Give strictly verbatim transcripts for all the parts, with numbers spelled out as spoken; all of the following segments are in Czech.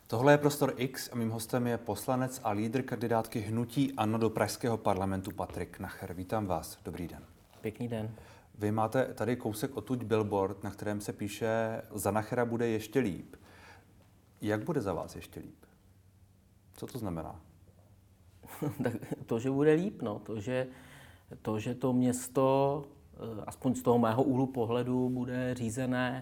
Tohle je Prostor X a mým hostem je poslanec a lídr kandidátky hnutí ANO do pražského parlamentu Patrik Nacher. Vítám vás. Dobrý den. Pěkný den. Vy máte tady kousek odtud billboard, na kterém se píše za Nachera bude ještě líp. Jak bude za vás ještě líp? Co to znamená? Tak to, že bude líp, no. To, že to, že to město, aspoň z toho mého úhlu pohledu, bude řízené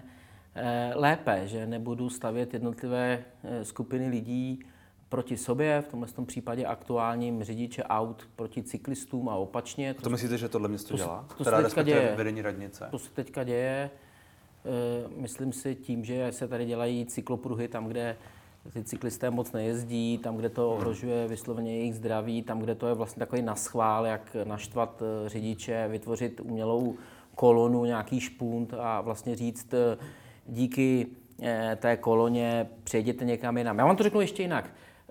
lépe, že nebudu stavět jednotlivé skupiny lidí proti sobě, v tomhle případě aktuálním řidiče aut proti cyklistům a opačně. To, to myslíte, že tohle město to, dělá? To teda se teďka děje. Vedení radnice? To se teďka děje. Myslím si tím, že se tady dělají cyklopruhy tam, kde ty cyklisté moc nejezdí, tam, kde to ohrožuje vysloveně jejich zdraví, tam, kde to je vlastně takový naschvál, jak naštvat řidiče, vytvořit umělou kolonu, nějaký špunt a vlastně říct díky té koloně přejděte někam jinam. Já vám to řeknu ještě jinak.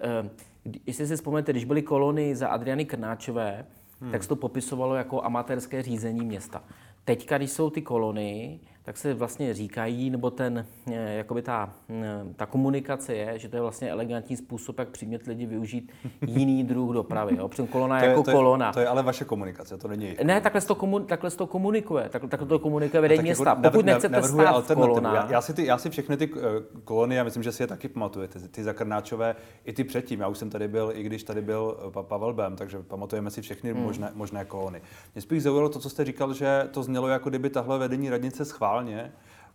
Jestli si vzpomenete, když byly kolony za Adriany Krnáčové, hmm. tak se to popisovalo jako amatérské řízení města. Teďka, když jsou ty kolony, tak se vlastně říkají, nebo ten, jakoby ta, ta komunikace je, že to je vlastně elegantní způsob, jak přimět lidi využít jiný druh dopravy. Jo? Protože kolona je jako to je, kolona. To je ale vaše komunikace, to není jejich. Ne, takhle se to, komun, takhle se to komunikuje. Tak, takhle to komunikuje vedení města. Jako Pokud nechcete stát v kolonách. Já, já, si ty, já si všechny ty kolony, já myslím, že si je taky pamatujete, ty za Krnáčové i ty předtím. Já už jsem tady byl, i když tady byl Pavel Bém, takže pamatujeme si všechny hmm. možné, možné kolony. Mě spíš zaujalo to, co jste říkal, že to znělo, jako kdyby tahle vedení radnice schválně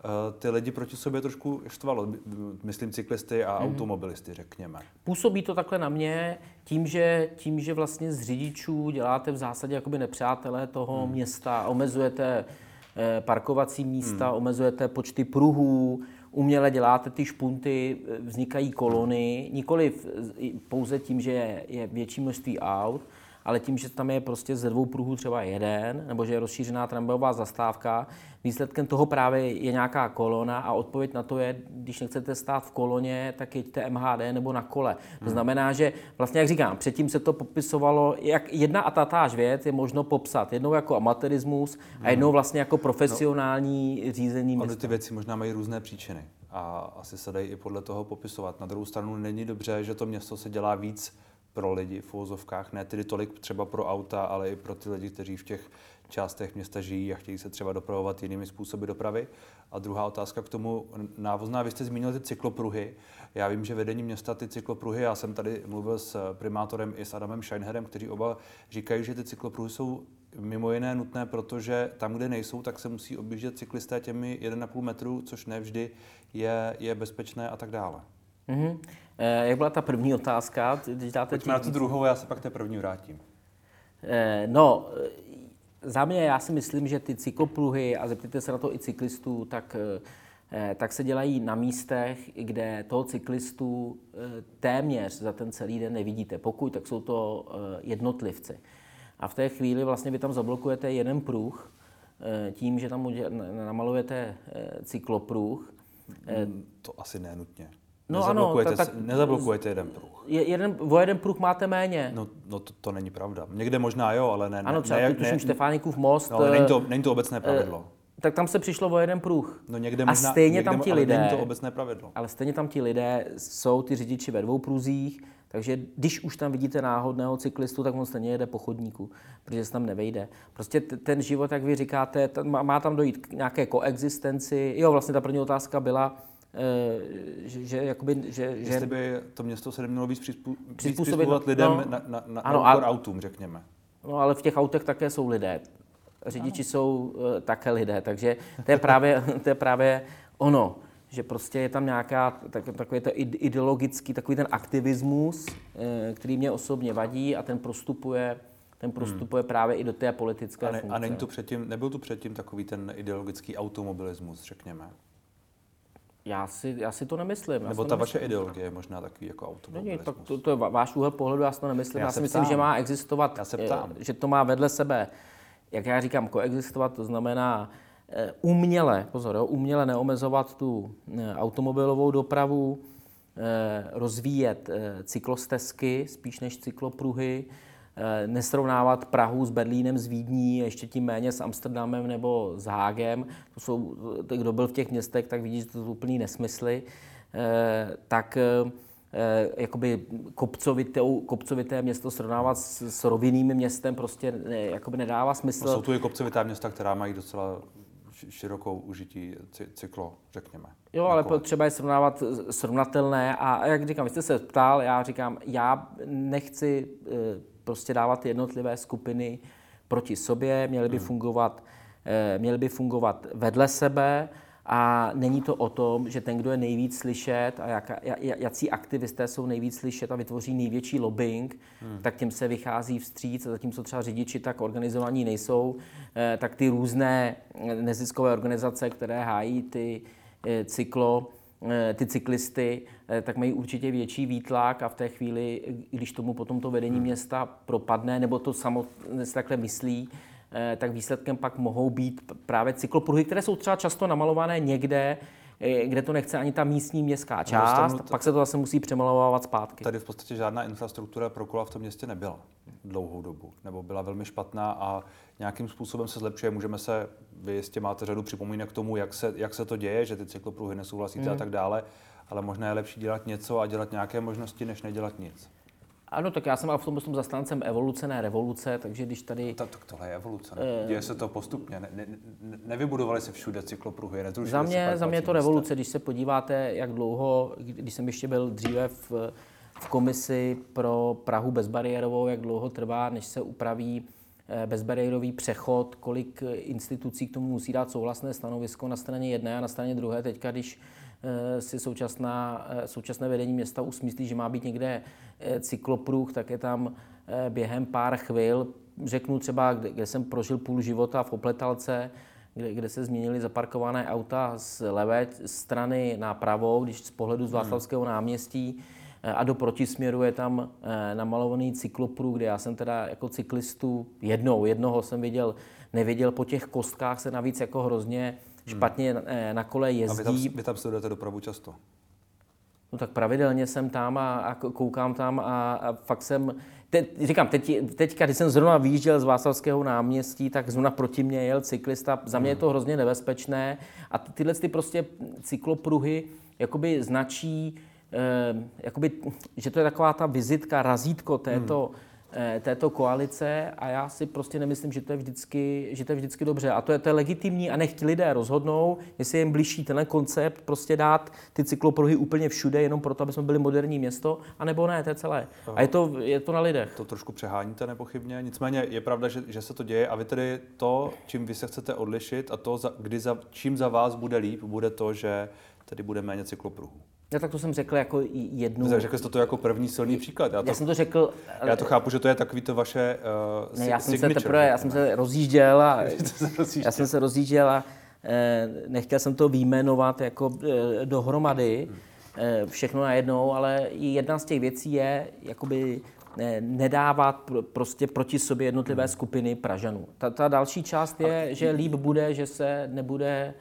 ty lidi proti sobě trošku štvalo, myslím cyklisty a mm. automobilisty, řekněme. Působí to takhle na mě tím, že, tím, že vlastně z řidičů děláte v zásadě jakoby nepřátelé toho mm. města, omezujete parkovací místa, mm. omezujete počty pruhů, uměle děláte ty špunty, vznikají kolony, nikoliv pouze tím, že je, je větší množství aut, ale tím, že tam je prostě ze dvou pruhů třeba jeden, nebo že je rozšířená tramvajová zastávka, výsledkem toho právě je nějaká kolona a odpověď na to je, když nechcete stát v koloně, tak jeďte M H D nebo na kole. To hmm. znamená, že vlastně, jak říkám, předtím se to popisovalo, jak jedna a tatáž věc je možno popsat. Jednou jako amatérismus hmm. a jednou vlastně jako profesionální no, řízení města. Ty věci možná mají různé příčiny a asi se dají i podle toho popisovat. Na druhou stranu není dobře, že to město se dělá víc pro lidi v uvozovkách, ne tedy tolik třeba pro auta, ale i pro ty lidi, kteří v těch částech města žijí a chtějí se třeba dopravovat jinými způsoby dopravy. A druhá otázka k tomu návozná, vy jste zmínil ty cyklopruhy. Já vím, že vedení města ty cyklopruhy, já jsem tady mluvil s primátorem i s Adamem Scheinherem, kteří oba říkají, že ty cyklopruhy jsou mimo jiné nutné, protože tam, kde nejsou, tak se musí objíždět cyklisté těmi jeden a půl metru, což ne vždy je, je bezpečné a tak dále. Mm-hmm. Eh, jak byla ta první otázka? Když dáte Pojďme tí... na tu druhou, já se pak té první vrátím. Eh, no, za mě já si myslím, že ty cyklopruhy, a zeptejte se na to i cyklistů, tak, eh, tak se dělají na místech, kde toho cyklistu eh, téměř za ten celý den nevidíte. Pokud, tak jsou to eh, jednotlivci. A v té chvíli vlastně vy tam zablokujete jeden pruh eh, tím, že tam namalujete eh, cyklopruh. Eh, to asi nenutně. No ano, tak, tak nezablokujete jeden pruh. Je, jeden, o jeden pruh máte méně. No, no to, to není pravda. Někde možná jo, ale ne. Ano, třeba ne, tuším Štefánikův most. No, ale není to, není to obecné pravidlo. Tak tam se přišlo o jeden pruh. No někde možná, a stejně někde, tam ti ale lidé. není to obecné pravidlo. Ale stejně tam ti lidé jsou ty řidiči ve dvou pruzích, takže když už tam vidíte náhodného cyklistu, tak on stejně jede po chodníku, protože se tam nevejde. Prostě t- ten život, jak vy říkáte, t- má tam dojít k nějaké koexistenci. Jo, vlastně ta první otázka byla, Že, že, jakoby, že, Jestli by to město se nemělo víc přizpůsobovat lidem no, na, na, na, ano, na úkor autům, řekněme. No ale v těch autech také jsou lidé. Řidiči ano. jsou uh, také lidé, takže to je právě, to je právě ono, že prostě je tam nějaká tak, takový to ideologický, takový ten aktivismus, uh, který mě osobně vadí a ten prostupuje ten prostupuje hmm. právě i do té politické a ne, funkce. A není to předtím, nebyl tu předtím takový ten ideologický automobilismus, řekněme? Já si, já si to nemyslím. Nebo ta vaše ideologie je možná takový jako automobilismus. Tak to, to je váš úhel pohledu, já si to nemyslím. Já, já si myslím, ptám. že má existovat, já se ptám. že to má vedle sebe, jak já říkám, koexistovat, to znamená uměle, pozor, jo, uměle neomezovat tu automobilovou dopravu, rozvíjet cyklostezky spíš než cyklopruhy, nesrovnávat Prahu s Berlínem, s Vídní, ještě tím méně s Amsterdamem nebo s Hágem. To jsou, kdo byl v těch městech, tak vidí, že to jsou úplný nesmysly. Tak jakoby kopcovitou, kopcovité město srovnávat s, s rovinným městem prostě ne, jakoby nedává smysl. No, jsou tu i kopcovitá města, která mají docela širokou užití cyklo, řekněme. Jo, ale třeba je srovnávat srovnatelné a jak říkám, vy jste se ptal, já říkám, já nechci prostě dávat jednotlivé skupiny proti sobě, měly by fungovat, měly by fungovat vedle sebe. A není to o tom, že ten, kdo je nejvíc slyšet a jak, jací aktivisté jsou nejvíc slyšet a vytvoří největší lobbying, hmm. tak tím se vychází vstříc. A zatímco třeba řidiči tak organizovaní nejsou, tak ty různé neziskové organizace, které hájí ty cyklo, ty cyklisty, tak mají určitě větší výtlak a v té chvíli, když tomu potom to vedení hmm. města propadne, nebo to samo takhle myslí, tak výsledkem pak mohou být právě cyklopruhy, které jsou třeba často namalované někde, kde to nechce ani ta místní městská část, no, pak se to zase musí přemalovávat zpátky. Tady v podstatě žádná infrastruktura pro kola v tom městě nebyla dlouhou dobu, nebo byla velmi špatná a nějakým způsobem se zlepšuje. Můžeme se, vy jistě máte řadu připomínek k tomu, jak se, jak se to děje, že ty cyklopruhy nesouhlasíte hmm. a tak dále, ale možná je lepší dělat něco a dělat nějaké možnosti, než nedělat nic. Ano, tak já jsem ale v tom, tom zastáncem evoluce, ne revoluce, takže když tady... To, to, tohle je evoluce, ne? Děje se to postupně, ne, ne, ne, nevybudovali se všude cyklopruhy, netrušili Za mě, se za mě je to revoluce, když se podíváte, jak dlouho, když jsem ještě byl dříve v, v komisi pro Prahu bezbariérovou, jak dlouho trvá, než se upraví bezbariérový přechod, kolik institucí k tomu musí dát souhlasné stanovisko na straně jedné a na straně druhé. Teďka, když si současná, současné vedení města usmyslí, že má být někde cyklopruh, tak je tam během pár chvil, řeknu třeba, kde, kde jsem prožil půl života v Opletalce, kde, kde se změnily zaparkované auta z levé strany na pravou, když z pohledu z Václavského náměstí, a do protisměru je tam namalovaný cyklopruh, kde já jsem teda jako cyklistu jednou, jednoho jsem viděl, neviděl po těch kostkách se navíc jako hrozně špatně na kole jezdí. A vy tam, vy tam sledujete dopravu často? No tak pravidelně jsem tam a, a koukám tam a, a fakt jsem, te, říkám, teď, teďka, když jsem zrovna vyjížděl z Václavského náměstí, tak zrovna proti mě jel cyklista, za mě je to hrozně nebezpečné a tyhle ty prostě cyklopruhy jakoby značí, eh, jakoby, že to je taková ta vizitka, razítko této, hmm. této koalice a já si prostě nemyslím, že to je vždycky, že to je vždycky dobře. A to je, to je legitimní a nechť lidé rozhodnou, jestli jim blížší tenhle koncept, prostě dát ty cyklopruhy úplně všude, jenom proto, aby jsme byli moderní město, anebo ne, to je celé. A je to, je to na lidech. To trošku přeháníte nepochybně, nicméně je pravda, že, že se to děje a vy tedy to, čím vy se chcete odlišit a to, za, kdy za, čím za vás bude líp, bude to, že tedy bude méně cyklopruhů. Já tak to jsem řekl jako jednu... Řekl jste to jako první silný příklad. Já, to, já jsem to řekl... Já to chápu, že to je takový to vaše uh, ne, já jsem signature. Se teprve, já jsem se rozjížděl a... já jsem se rozjížděl a eh, nechtěl jsem to výjmenovat jako eh, dohromady, eh, všechno najednou, ale jedna z těch věcí je jakoby eh, nedávat pr- prostě proti sobě jednotlivé hmm. skupiny Pražanů. Ta, ta další část je, ale... že líp bude, že se nebude...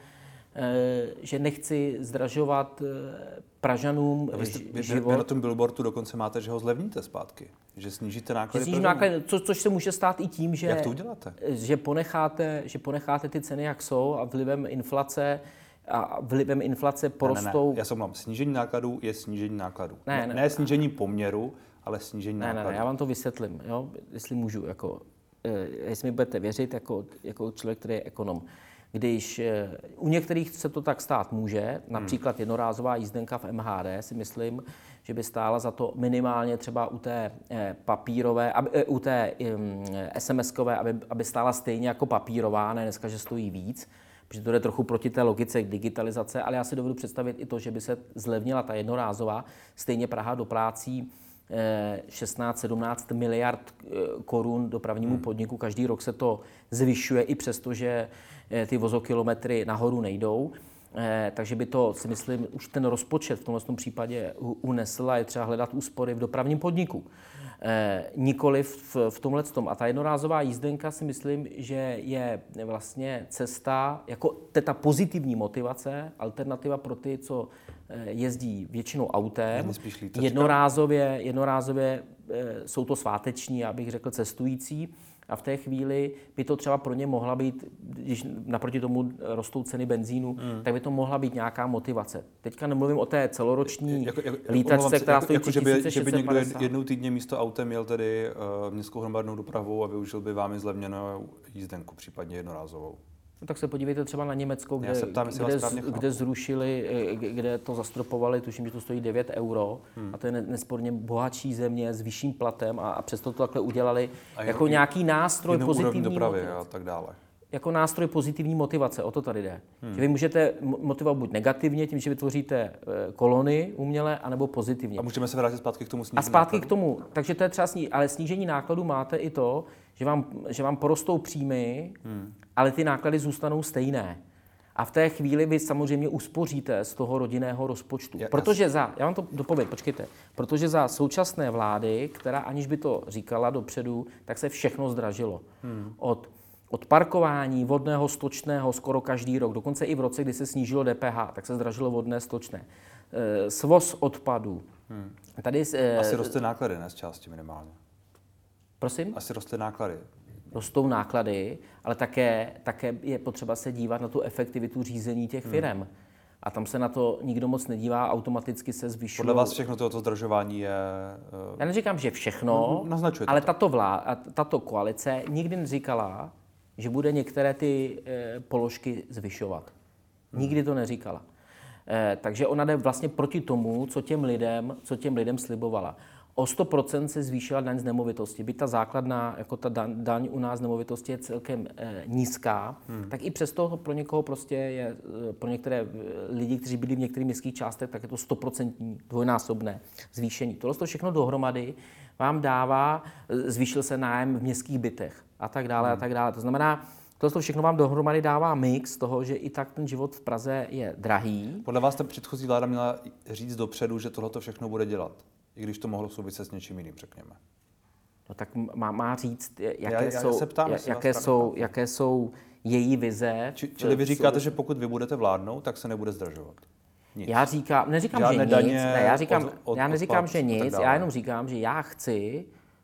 že nechci zdražovat Pražanům vy jste, vy, život. Vy na tom billboardu dokonce máte, že ho zlevníte zpátky, že snížíte náklady. Že náklady co, což se může stát i tím, že, jak to uděláte? že, ponecháte, že ponecháte ty ceny, jak jsou a vlivem inflace a vlivem inflace porostou... Ne, ne, ne. Já se omlouvám, snížení nákladů je snížení nákladů. Ne, ne, ne snížení poměru, ale snížení ne, nákladů. Ne, ne, já vám to vysvětlím, jo? Jestli můžu, jako, jestli mi budete věřit jako, jako člověk, který je ekonom. Když u některých se to tak stát může, například jednorázová jízdenka v M H D si myslím, že by stála za to minimálně třeba u té papírové, u té SMSkové, aby, aby stála stejně jako papírová, ne dneska, že stojí víc, protože to jde trochu proti té logice digitalizace, ale já si dovedu představit i to, že by se zlevnila ta jednorázová, stejně Praha doplácí šestnáct sedmnáct miliard korun dopravnímu hmm. podniku. Každý rok se to zvyšuje i přesto, že ty vozokilometry nahoru nejdou. Takže by to, si myslím, už ten rozpočet v tomhle případě unesl a je třeba hledat úspory v dopravním podniku. Nikoli v, v tomhle tom. A ta jednorázová jízdenka si myslím, že je vlastně cesta, jako ta pozitivní motivace, alternativa pro ty, co jezdí většinou autem. Jednorázově, jednorázově jsou to sváteční, já bych řekl, cestující. A v té chvíli by to třeba pro ně mohla být, když naproti tomu rostou ceny benzínu, hmm. tak by to mohla být nějaká motivace. Teďka nemluvím o té celoroční jako, jako, lítačce, která stojí jako, tři tisíce šest set padesát. Že by někdo jednou týdně místo autem měl tedy uh, městskou hromadnou dopravu a využil by vámi zlevněnou jízdenku, případně jednorázovou. No, tak se podívejte třeba na Německo, kde, ptám, kde, kde zrušili, kde to zastropovali, tuším, že to stojí devět euro hmm. a to je nesporně bohatší země s vyšším platem a, a přesto to takhle udělali a jako jen, nějaký nástroj pozitivní dopravy a tak dále. Jako nástroj pozitivní motivace, o to tady jde. Hmm. Že vy můžete motivovat buď negativně, tím, že vytvoříte kolony uměle, anebo pozitivně. A můžeme se vrátit zpátky k tomu snížení A zpátky nákladu? k tomu, takže to je třeba sní, ale snížení nákladů máte i to, že vám, že vám porostou příjmy, hmm. ale ty náklady zůstanou stejné. A v té chvíli vy samozřejmě uspoříte z toho rodinného rozpočtu. Je, protože za, já vám to dopovím, počkejte, protože za současné vlády, která aniž by to říkala dopředu, tak se všechno zdražilo. Hmm. Od Od parkování, vodného, stočného skoro každý rok, dokonce i v roce, kdy se snížilo D P H, tak se zdražilo vodné, stočné. Svoz odpadů. Hmm. Tady, Asi roste náklady, ne z části minimálně. Prosím? Asi roste náklady. Rostou náklady, ale také, také je potřeba se dívat na tu efektivitu řízení těch firem. Hmm. A tam se na to nikdo moc nedívá, automaticky se zvyšuje. Podle vás všechno tohoto zdražování je... Uh... Já neříkám, že všechno, no, ale tato, vlá, tato koalice nikdy neříkala, že bude některé ty e, položky zvyšovat. Hmm. Nikdy to neříkala. E, takže ona jde vlastně proti tomu, co těm lidem, co těm lidem slibovala. O sto procent se zvýšila daň z nemovitosti. Byť ta základná, jako ta daň, daň u nás z nemovitosti je celkem e, nízká, hmm. tak i přesto pro někoho prostě je, pro některé lidi, kteří byli v některých městských částech, tak je to stoprocentní dvojnásobné zvýšení. Tohle to všechno dohromady vám dává, zvýšil se nájem v městských bytech a tak dále hmm. a tak dále. To znamená, tohle všechno vám dohromady dává mix toho, že i tak ten život v Praze je drahý. Podle vás ta předchozí vláda měla říct dopředu, že tohle všechno bude dělat, i když to mohlo souviset s něčím jiným, řekněme. No tak má, má říct, jaké, já, já jsou, ptám, jaké, jsou, jaké jsou její vize. Či, čili vy říkáte, že pokud vy budete vládnout, tak se nebude zdražovat? Nic. Já říkám, neříkám, Žádné že daně, nic, ne, já, říkám, od, od, já neříkám, odpad, že nic, já jenom říkám, že já chci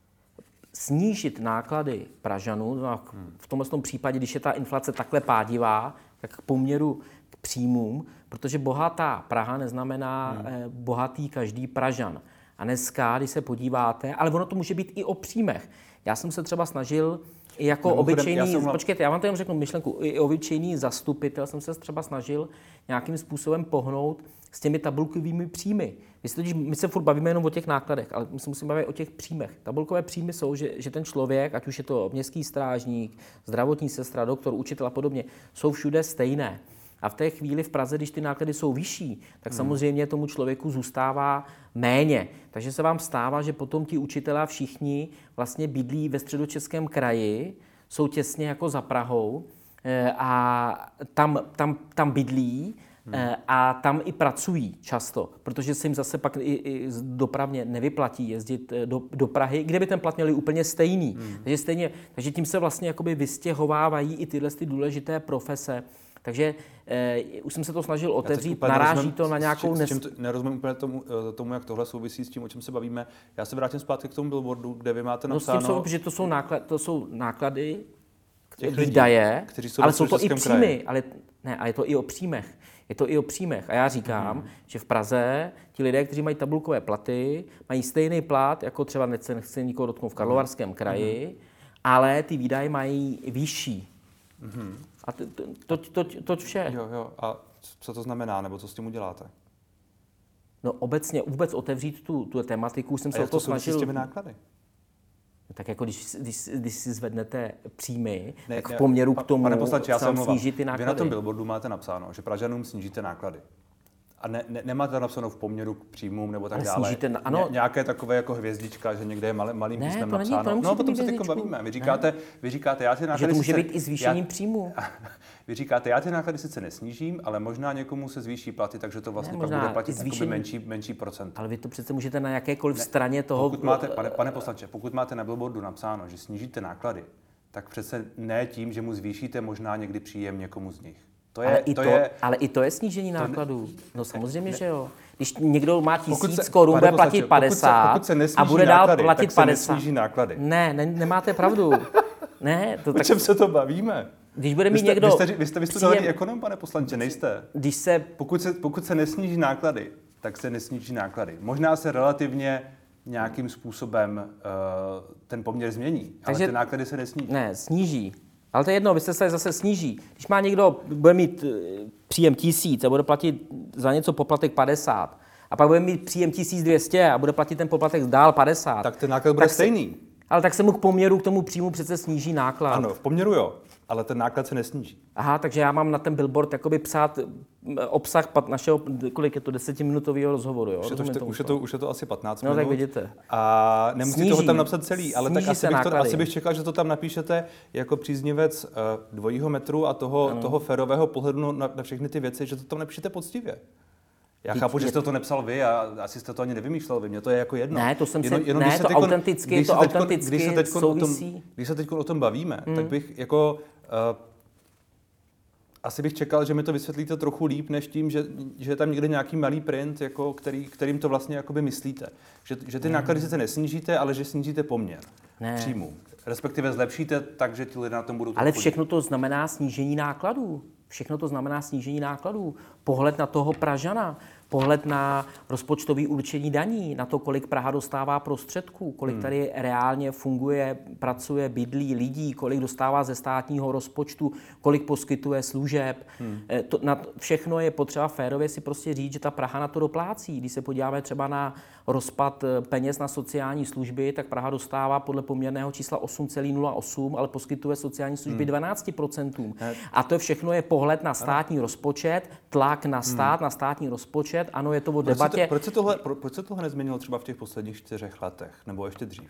snížit náklady Pražanů, v tomhle tom případě, když je ta inflace takhle pádivá, tak k poměru k příjmům, protože bohatá Praha neznamená hmm. bohatý každý Pražan. A dneska, když se podíváte, ale ono to může být i o příjmech. Já jsem se třeba snažil i jako no, obyčejný, já počkejte, já vám to jenom řeknu myšlenku, i obyčejný zastupitel jsem se třeba snažil nějakým způsobem pohnout s těmi tabulkovými příjmy. My se, totiž, my se furt bavíme jenom o těch nákladech, ale my se musíme bavit o těch příjmech. Tabulkové příjmy jsou, že, že ten člověk, ať už je to městský strážník, zdravotní sestra, doktor, učitel a podobně, jsou všude stejné. A v té chvíli v Praze, když ty náklady jsou vyšší, tak hmm. samozřejmě tomu člověku zůstává méně. Takže se vám stává, že potom ti učitelé všichni vlastně bydlí ve Středočeském kraji, jsou těsně jako za Prahou a tam, tam, tam bydlí hmm. a tam i pracují často, protože se jim zase pak i, i dopravně nevyplatí jezdit do, do Prahy, kde by ten plat měli úplně stejný. Hmm. Takže, stejně, takže tím se vlastně jakoby vystěhovávají i tyhle ty důležité profese. Takže eh, už jsem se to snažil otevřít, naráží nerozumím, to na nějakou... S čím, s čím to, nerozumím úplně tomu, tomu, jak tohle souvisí s tím, o čem se bavíme. Já se vrátím zpátky k tomu billboardu, kde vy máte napsáno... No s tím jsou, že to jsou, náklad, to jsou náklady, výdaje, kteří jsou ale jsou to i příjmy. Kraji. Ale, ne, ale je to i o příjmech. Je to i o příjmech. A já říkám, hmm. že v Praze ti lidé, kteří mají tabulkové platy, mají stejný plat, jako třeba nechci, nechci nikoho dotknout v Karlovarském kraji, hmm. ale ty výdaje mají vyšší. Hmm. A to, to, to, to, to vše. Jo, jo. A co to znamená, nebo co s tím uděláte? No obecně vůbec otevřít tu, tu tematiku, jsem se o to snažil... A jak to s těmi náklady? Tak jako když, když, když si zvednete příjmy, ne, tak v poměru ne, k tomu pane poslanče, já jsem snížit ty náklady. Vy na tom billboardu máte napsáno, že Pražanům snížíte náklady. A ne, ne, nemáte to napsáno v poměru k příjmům nebo tak dále. Snížíte, ano. Ně, nějaké takové jako hvězdička, že někde je malý, malým ne, písmem to napsáno. Není, to no, potom se teď bavíme. Vy říkáte, vy říkáte, já ty náklady... Že to může sice, být i zvýšením já, příjmů. Vy říkáte, já ty náklady sice nesnížím, ale možná někomu se zvýší platy, takže to vlastně ne, pak bude platit zvýšení, menší, menší procent. Ale vy to přece můžete na jakékoliv ne, straně toho... Pokud máte, pane, pane poslanče, pokud máte na billboardu napsáno, že snížíte náklady, tak přece ne tím, že mu zvýšíte možná někdy příjem někomu z nich. To je, ale, i to to, je, ale i to je snížení nákladů. No samozřejmě, ne, že jo. Když někdo má tisíc se, korun, bude platit padesát pokud se, pokud se a bude dál náklady, platit tak padesát. Se nesníží náklady. Ne, ne, nemáte pravdu. Ne, to O tak... čem se to bavíme? Když bude mít vy jste, někdo... Vy jste, vy jste vystudovaný příjem... ekonom, pane poslanče, nejste? Když se... Pokud se, pokud se nesníží náklady, tak se nesníží náklady. Možná se relativně nějakým způsobem uh, ten poměr změní, Takže... ale ty náklady se nesníží. Ne, sníží. Ale to je jedno, vy se tady zase sníží. Když má někdo, bude mít příjem tisíc a bude platit za něco poplatek padesát, a pak bude mít příjem tisíc dvě stě a bude platit ten poplatek dál padesát. Tak ten náklad bude tak stejný. Se, ale tak se mu k poměru k tomu příjmu přece sníží náklad. Ano, v poměru jo, ale ten náklad se nesníží. Aha, takže já mám na ten billboard jakoby psát obsah našeho, kolik je to, desetiminutového rozhovoru, jo? Už je, to, už, to, už, je to, už je to asi patnáct no, minut. tak vidíte. A nemusíte Sníží. ho tam napsat celý, ale Sníží tak asi bych, to, asi bych čekal, že to tam napíšete jako příznivec uh, dvojího metru a toho, toho férového pohledu na, na všechny ty věci, že to tam napíšete poctivě. Já Ty, chápu, že je... jste to nepsal vy a asi jste to ani nevymýšlel vy, mně to je jako jedno. Ne, to jsem jenom, se, jenom, ne, když se to teďkon, autenticky, když to se teďkon, autenticky když se teďkon souvisí. O tom, když se teď o tom bavíme, hmm. tak bych jako... Uh, asi bych čekal, že mi to vysvětlíte trochu líp, než tím, že, že je tam někde nějaký malý print, jako který, kterým to vlastně jakoby myslíte. Že, že ty náklady sice nesnížíte, ale že snížíte poměr příjmu. Respektive zlepšíte tak, že ti lidé na tom budou... Ale všechno to znamená snížení nákladů. Všechno to znamená snížení nákladů. Pohled na toho Pražana, pohled na rozpočtové určení daní, na to, kolik Praha dostává prostředků, kolik hmm. tady reálně funguje, pracuje, bydlí lidí, kolik dostává ze státního rozpočtu, kolik poskytuje služeb. Hmm. To, na to, všechno je potřeba férově si prostě říct, že ta Praha na to doplácí. Když se podíváme třeba na rozpad peněz na sociální služby, tak Praha dostává podle poměrného čísla osm celá nula osm, ale poskytuje sociální služby hmm. dvanáct procent. A to všechno je pohled na státní rozpočet, tlak na stát, hmm. na státní rozpočet. Ano, je to o debatě. Proč se, to, proč, se tohle, pro, proč se tohle nezměnilo třeba v těch posledních čtyřech letech, nebo ještě dřív?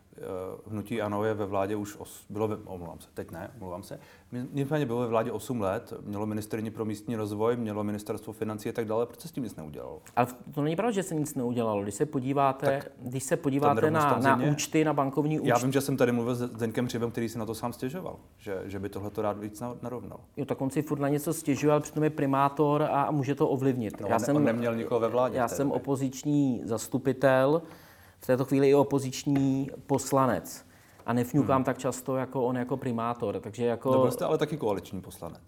Hnutí ANO je ve vládě už, os, bylo ve, omlouvám se, teď ne, omlouvám se, nicméně bylo ve vládě osm let, mělo ministryni pro místní rozvoj, mělo ministerstvo financí a tak dále, proč se s tím nic neudělalo? Ale to není pravda, že se nic neudělalo. Když se podíváte, když se podíváte na, na účty, na bankovní účty. Já vím, že jsem tady mluvil s Zdeňkem Hřibem, který si na to sám stěžoval, že, že by tohle to rád víc narovnal. Jo, tak on si furt na něco stěžuje, ale přitom je primátor a může to ovlivnit. No, já on, jsem, on neměl nikoho ve vládě. Já jsem opoziční zastupitel, v této chvíli i opoziční poslanec. A nefňukám hmm. tak často jako on jako primátor. Takže jako... Nebyl jste ale taky koaliční poslanec.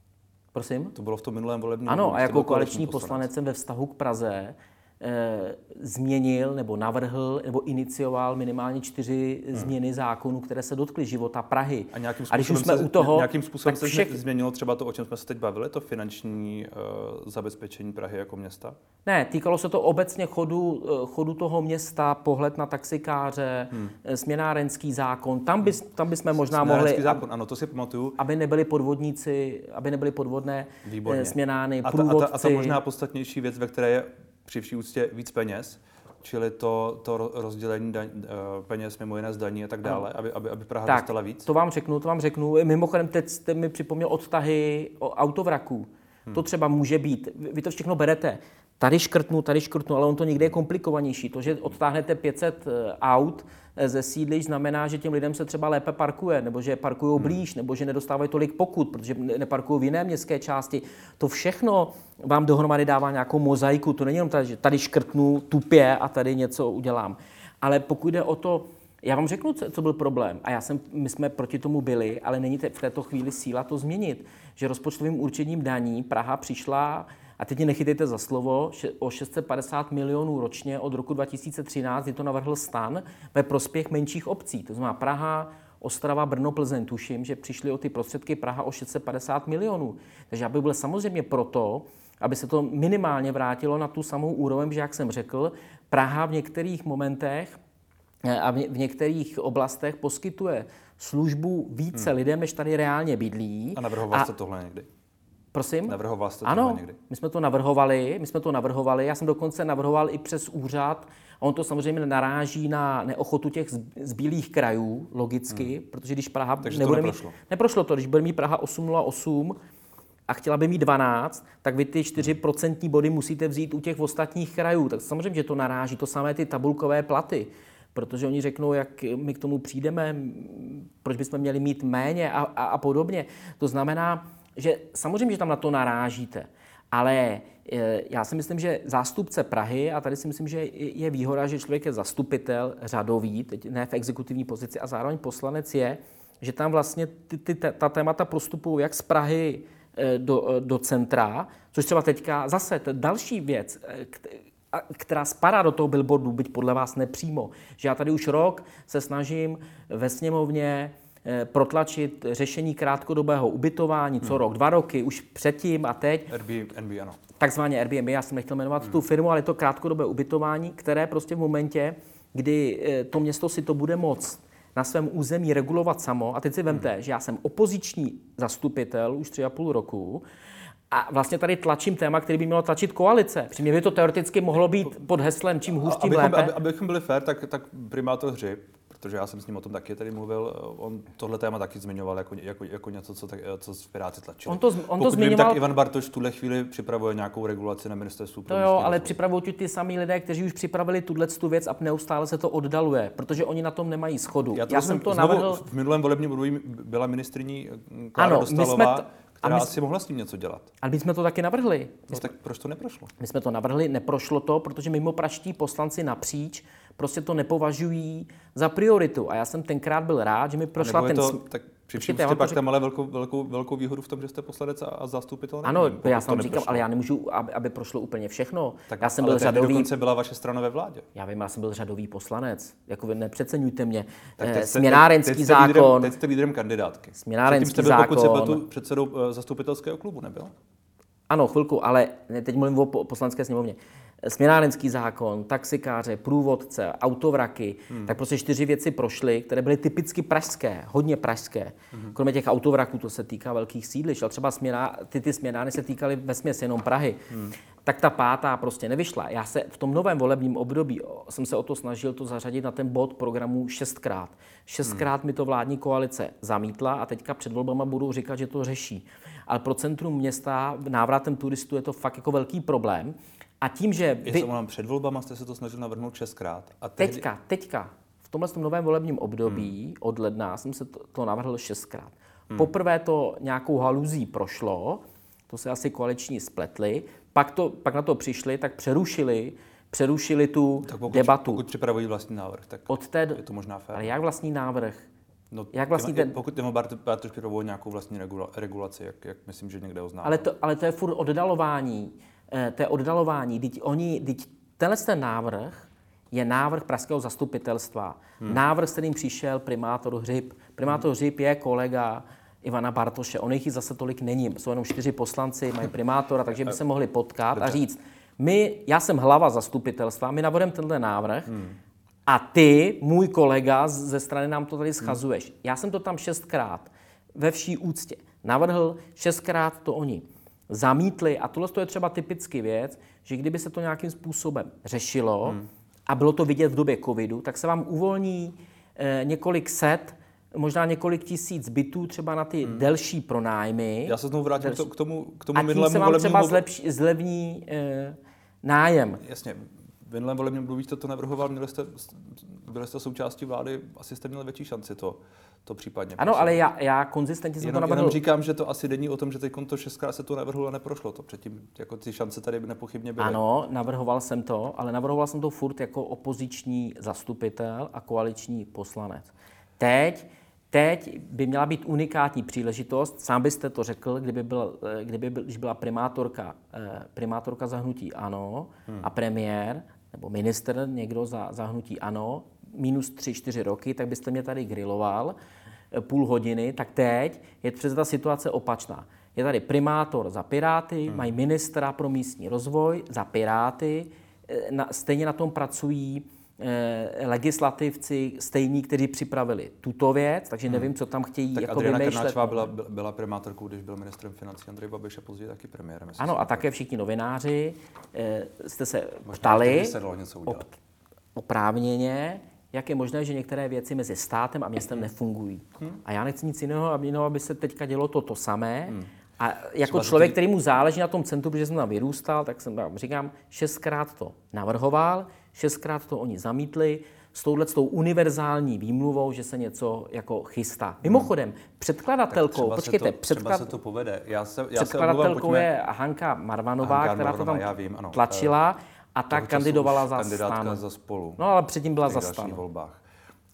Prosím? To bylo v tom minulém volebním Ano, a jako koaliční poslanec jsem ve vztahu k Praze eh, změnil nebo navrhl nebo inicioval minimálně čtyři hmm. změny zákonů, které se dotkly života Prahy. A nějakým způsobem, a když už jsme se, u toho, nějakým způsobem se všech... změnilo třeba to, o čem jsme se teď bavili, to finanční uh, zabezpečení Prahy jako města? Ne, týkalo se to obecně chodu, chodu toho města, pohled na taxikáře, hmm. směnárenský zákon. Tam, by, tam bychom možná mohli... zákon, ano, to si pamatuju. Aby nebyli podvodníci, aby nebyli podvodné Výborně. směnány, a ta, průvodci. A ta, a ta možná podstatnější věc, ve které je při vší úctě víc peněz, čili to, to rozdělení daň, peněz mimo jiné z daní a tak dále, aby, aby, aby Praha tak, dostala víc? to vám řeknu, to vám řeknu. Mimochodem, teď jste mi připomněl odtahy o autovraků. Hmm. To třeba může být, vy to všechno berete. Tady škrtnu, tady škrtnu, ale on to někde je komplikovanější. To, že odtáhnete pět set aut ze sídlišť, znamená, že těm lidem se třeba lépe parkuje, nebo že parkují blíž, nebo že nedostávají tolik pokut, protože neparkují v jiné městské části. To všechno vám dohromady dává nějakou mozaiku. To není jenom tady, že tady škrtnu tupě a tady něco udělám. Ale pokud jde o to, já vám řeknu, co byl problém. A já jsem, my jsme proti tomu byli, ale není v této chvíli síla to změnit. Že rozpočtovým určením daní Praha přišla, a teď mě nechytejte za slovo, o šest set padesát milionů ročně od roku dva tisíce třináct, kdy to navrhl STAN ve prospěch menších obcí. To znamená Praha, Ostrava, Brno, Plzeň, tuším, že přišly o ty prostředky Praha o šest set padesát milionů. Takže já bych byl samozřejmě proto, aby se to minimálně vrátilo na tu samou úroveň, že jak jsem řekl, Praha v některých momentech a v některých oblastech poskytuje službu více hmm. lidem, než tady reálně bydlí. A navrhoval jste tohle někdy? Prosím? Navrhoval jste ano, tohle někdy? my jsme to navrhovali, my jsme to navrhovali, já jsem dokonce navrhoval i přes úřad, a on to samozřejmě naráží na neochotu těch zbylých krajů, logicky, hmm. protože když Praha Takže nebude to neprošlo. mít, neprošlo to, když bude mít Praha osm nula osm a chtěla by mít dvanáct, tak vy ty čtyři procentní body musíte vzít u těch ostatních krajů, tak samozřejmě, že to naráží, to samé ty tabulkové platy. Protože oni řeknou, jak my k tomu přijdeme, proč bychom měli mít méně a, a, a podobně. To znamená, že samozřejmě, že tam na to narážíte, ale já si myslím, že zástupce Prahy, a tady si myslím, že je výhoda, že člověk je zastupitel řadový, teď ne v exekutivní pozici, a zároveň poslanec je, že tam vlastně ty, ty, ta témata prostupují jak z Prahy do, do centra, což třeba teďka zase to další věc, která spadá do toho billboardu, byť podle vás nepřímo, že já tady už rok se snažím ve sněmovně protlačit řešení krátkodobého ubytování, co hmm. rok, dva roky, už předtím a teď. Airbnb, ano. Takzvaně Airbnb, já jsem nechtěl jmenovat hmm. tu firmu, ale je to krátkodobé ubytování, které prostě v momentě, kdy to město si to bude moct na svém území regulovat samo, a teď si vemte, hmm. že já jsem opoziční zastupitel už tři a půl roku, a vlastně tady tlačím téma, který by mělo tlačit koalice. Přímě by to teoreticky mohlo být pod heslem čím hůř, tím lépe. Aby, abychom byli fér, tak, tak primátor Hřib, protože já jsem s ním o tom taky tady mluvil, on tohle téma taky zmiňoval jako, jako, jako něco, co, tak, co Piráti tlačili. On to, on Pokud to zmiňoval... vím, tak Ivan Bartoš v tuhle chvíli připravuje nějakou regulaci na ministerstvu. To jo, ale připravují ty samý lidé, kteří už připravili tuto věc a neustále se to oddaluje, protože oni na tom nemají schodu. Já, to já jsem to znovu, navrhl... V minulém volebním období byla ministryní Klára ano, Dostalová, která my, asi mohla s tím něco dělat. Ale my jsme to taky navrhli. No, tak proč to neprošlo? My jsme to navrhli, neprošlo to, protože mimo pražští poslanci napříč prostě to nepovažují za prioritu. A já jsem tenkrát byl rád, že mi prošla ten... To, tak při všem jste pak tam ale velkou, velkou, velkou výhodu v tom, že jste poslanec a zastupitel. Ano, nevím, já jsem říkal, ale já nemůžu, aby, aby prošlo úplně všechno. Tak, já jsem ale byl řadový... dokonce byla vaše strana ve vládě. Já vím, já jsem byl řadový poslanec. Jako vy nepřeceňujte mě. Tak Směnárenský teď, teď zákon. Lídrem, teď jste lídrem kandidátky. Směnárenský jste byl, zákon. Pokud se pletu, předsedou zastupitelského klubu, nebyl? Ano, chvilku, ale teď mluvím o poslanecké sněmovně. Směnárenský zákon, taxikáře, průvodce, autovraky, hmm. tak prostě čtyři věci prošly, které byly typicky pražské, hodně pražské. Hmm. Kromě těch autovraků, to se týká velkých sídlišť, ale třeba směná, ty, ty směnány se týkaly vesměs jenom Prahy. Hmm. Tak ta pátá prostě nevyšla. Já se v tom novém volebním období jsem se o to snažil to zařadit na ten bod programu šestkrát. Šestkrát hmm. mi to vládní koalice zamítla a teďka před volbama budou říkat, že to řeší. Ale pro centrum města návratem turistů je to fakt jako velký problém. A tím, že... Vy... Mám před volbama jste se to snažil navrhnout šestkrát. A tehdy... Teďka, teďka, v tomhle novém volebním období hmm. od ledna jsem se to, to navrhl šestkrát. Hmm. Poprvé to nějakou haluzí prošlo, to se asi koaliční spletli, pak, to, pak na to přišli, tak přerušili, přerušili tu tak pokud, debatu. Pokud připravují vlastní návrh, tak od té... je to možná fér. Ale jak vlastní návrh? No, jak vlastně ten... Pokud Timo Bartoš připravuje nějakou vlastní regula, regulaci, jak, jak myslím, že někde oznámil. Ale to, ale to je furt oddalování. To je oddalování. Teď oni, teď tenhle ten návrh je návrh pražského zastupitelstva. Hmm. Návrh, s kterým přišel primátor Hřib. Primátor hmm. Hřib je kolega Ivana Bartoše. On jich zase tolik není. Jsou jenom čtyři poslanci, mají primátora, takže by se mohli potkat Dobře. a říct, my, já jsem hlava zastupitelstva, my navrhujeme tenhle návrh hmm. a ty, můj kolega ze strany, nám to tady schazuješ. Hmm. Já jsem to tam šestkrát ve vší úctě navrhl, šestkrát to oni zamítli. A tohle je třeba typicky věc, že kdyby se to nějakým způsobem řešilo hmm. a bylo to vidět v době covidu, tak se vám uvolní eh, několik set, možná několik tisíc bytů třeba na ty hmm. delší pronájmy. Já se znovu vrátím delší. k tomu, k tomu a minulému tím se vám třeba zlepší, zlevní eh, nájem. Jasně. V minulém volebním období jste to navrhoval, měli jste, byli jste součástí vlády, asi jste měli větší šanci to, to případně. Ano, prosím. ale já, já konzistentně jsem jenom, to navrhl. Jenom říkám, že to asi není o tom, že teď to šestkrát se to navrhlo a neprošlo to. Předtím jako ty šance tady nepochybně byly. Ano, navrhoval jsem to, ale navrhoval jsem to furt jako opoziční zastupitel a koaliční poslanec. Teď, teď by měla být unikátní příležitost, sám byste to řekl, kdyby, byl, kdyby byl, když byla primátorka, primátorka za hnutí ANO hmm. a premiér, nebo minister někdo za, za hnutí ANO, minus tři, čtyři roky, tak byste mě tady griloval půl hodiny, tak teď je přece ta situace opačná. Je tady primátor za Piráty, hmm. mají ministra pro místní rozvoj za Piráty, na, stejně na tom pracují eh, legislativci stejní, kteří připravili tuto věc, takže nevím, co tam chtějí tak jako Adriana vymýšlet. Krnáčová byla, byla primátorkou, když byl ministrem financí Andrej Babiš a později taky premiérem. Ano, a také všichni novináři eh, jste se ptali oprávněně, jak je možné, že některé věci mezi státem a městem nefungují. Hmm. A já nechci nic jiného, aby se teďka dělo to, to samé. Hmm. A jako Třeba člověk, který mu záleží na tom centru, protože jsem tam vyrůstal, tak jsem tam říkám, šestkrát to navrhoval, šestkrát to oni zamítli, s touhletou univerzální výmluvou, že se něco jako chystá. Mimochodem, předkladatelkou, počkejte, to, předklad... se to povede. Já se, já předkladatelkou se je Hanka Marvanová, Hanka která Marvanová, to tam vím, ano. tlačila a ta kandidovala za kandidátka STAN. za Spolu. No ale předtím byla za STAN. Volbách.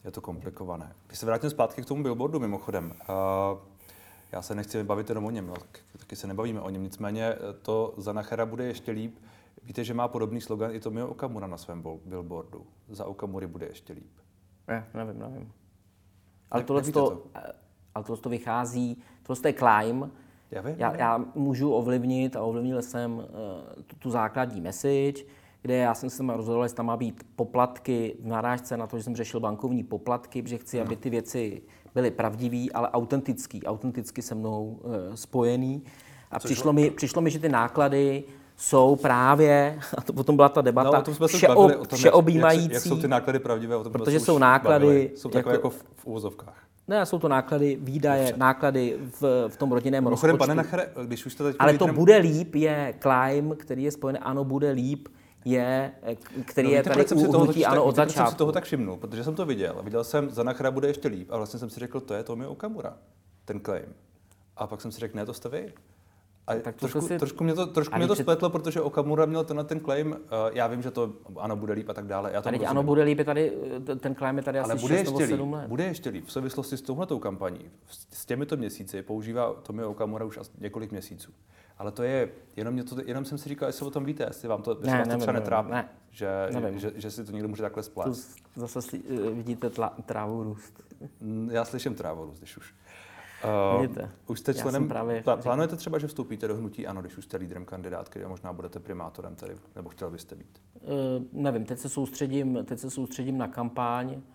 je to komplikované. Když se vrátím zpátky k tomu billboardu mimochodem, uh, já se nechci bavit jenom o něm, no, tak, taky se nebavíme o něm, nicméně to za Nachera bude ještě líp. Víte, že má podobný slogan i Tomio Okamura na svém billboardu. Za Okamury bude ještě líp. Ne, nevím, nevím. Ale Ne, tohle to, to, ale tohle to vychází, tohle to je climb. Já, vím, já, já můžu ovlivnit a ovlivnil jsem uh, tu, tu základní message, kde já jsem se rozhodl, jestli tam má být poplatky v narážce na to, že jsem řešil bankovní poplatky, protože chci, hmm. aby ty věci byly pravdivý, ale autentický, autenticky se mnou uh, spojený. A přišlo mi, přišlo mi, že ty náklady jsou právě, a to potom byla ta debata, no, o tom jsme se všeob, bavili, o tom, všeobjímající. Jak, jak jsou ty náklady pravdivé, o tom protože jsme jsou náklady, bavili. Jsou takové jako, jako jako v, v úvozovkách. Ne, jsou to náklady, výdaje, Dobře. náklady v, v tom rodinném rozpočtu. Pane Nachere, když už jste teď ale to lídrem... bude líp je climb, který je spojený, ano, bude líp, je, který no, je víte, tady u hnutí ano od začátku. jsem si toho tak všimnul, protože jsem to viděl. Viděl jsem, za Nachera bude ještě líp a vlastně jsem si řekl, to je Tomio Okamura, ten claim. A pak jsem si řekl, ne, to jste vy. A tak trošku, si... trošku mě to, trošku mě to spletlo, protože Okamura měl tenhle ten claim, uh, já vím, že to ano bude líp a tak dále. Já to tady ano bude líp, je tady, ten claim je tady ale asi bude šest nebo sedm let. Bude ještě líp v souvislosti s touhletou kampaní. S těmito měsíci používá Tomio Okamura už několik měsíců. Ale to je, jenom, mě to, jenom jsem si říkal, jestli o tom víte, jestli vám to, ne, to třeba netrápí, ne, že, že, že si to někdo může takhle splést. Zase sli, vidíte tla, trávu růst. Já slyším trávu růst, když už. Uh, už jste členem, plá, plánujete třeba, že vstoupíte do hnutí ANO, když už jste lídrem kandidátky a možná budete primátorem tady, nebo chtěl byste být? Uh, nevím, teď se soustředím, teď se soustředím na kampaň uh,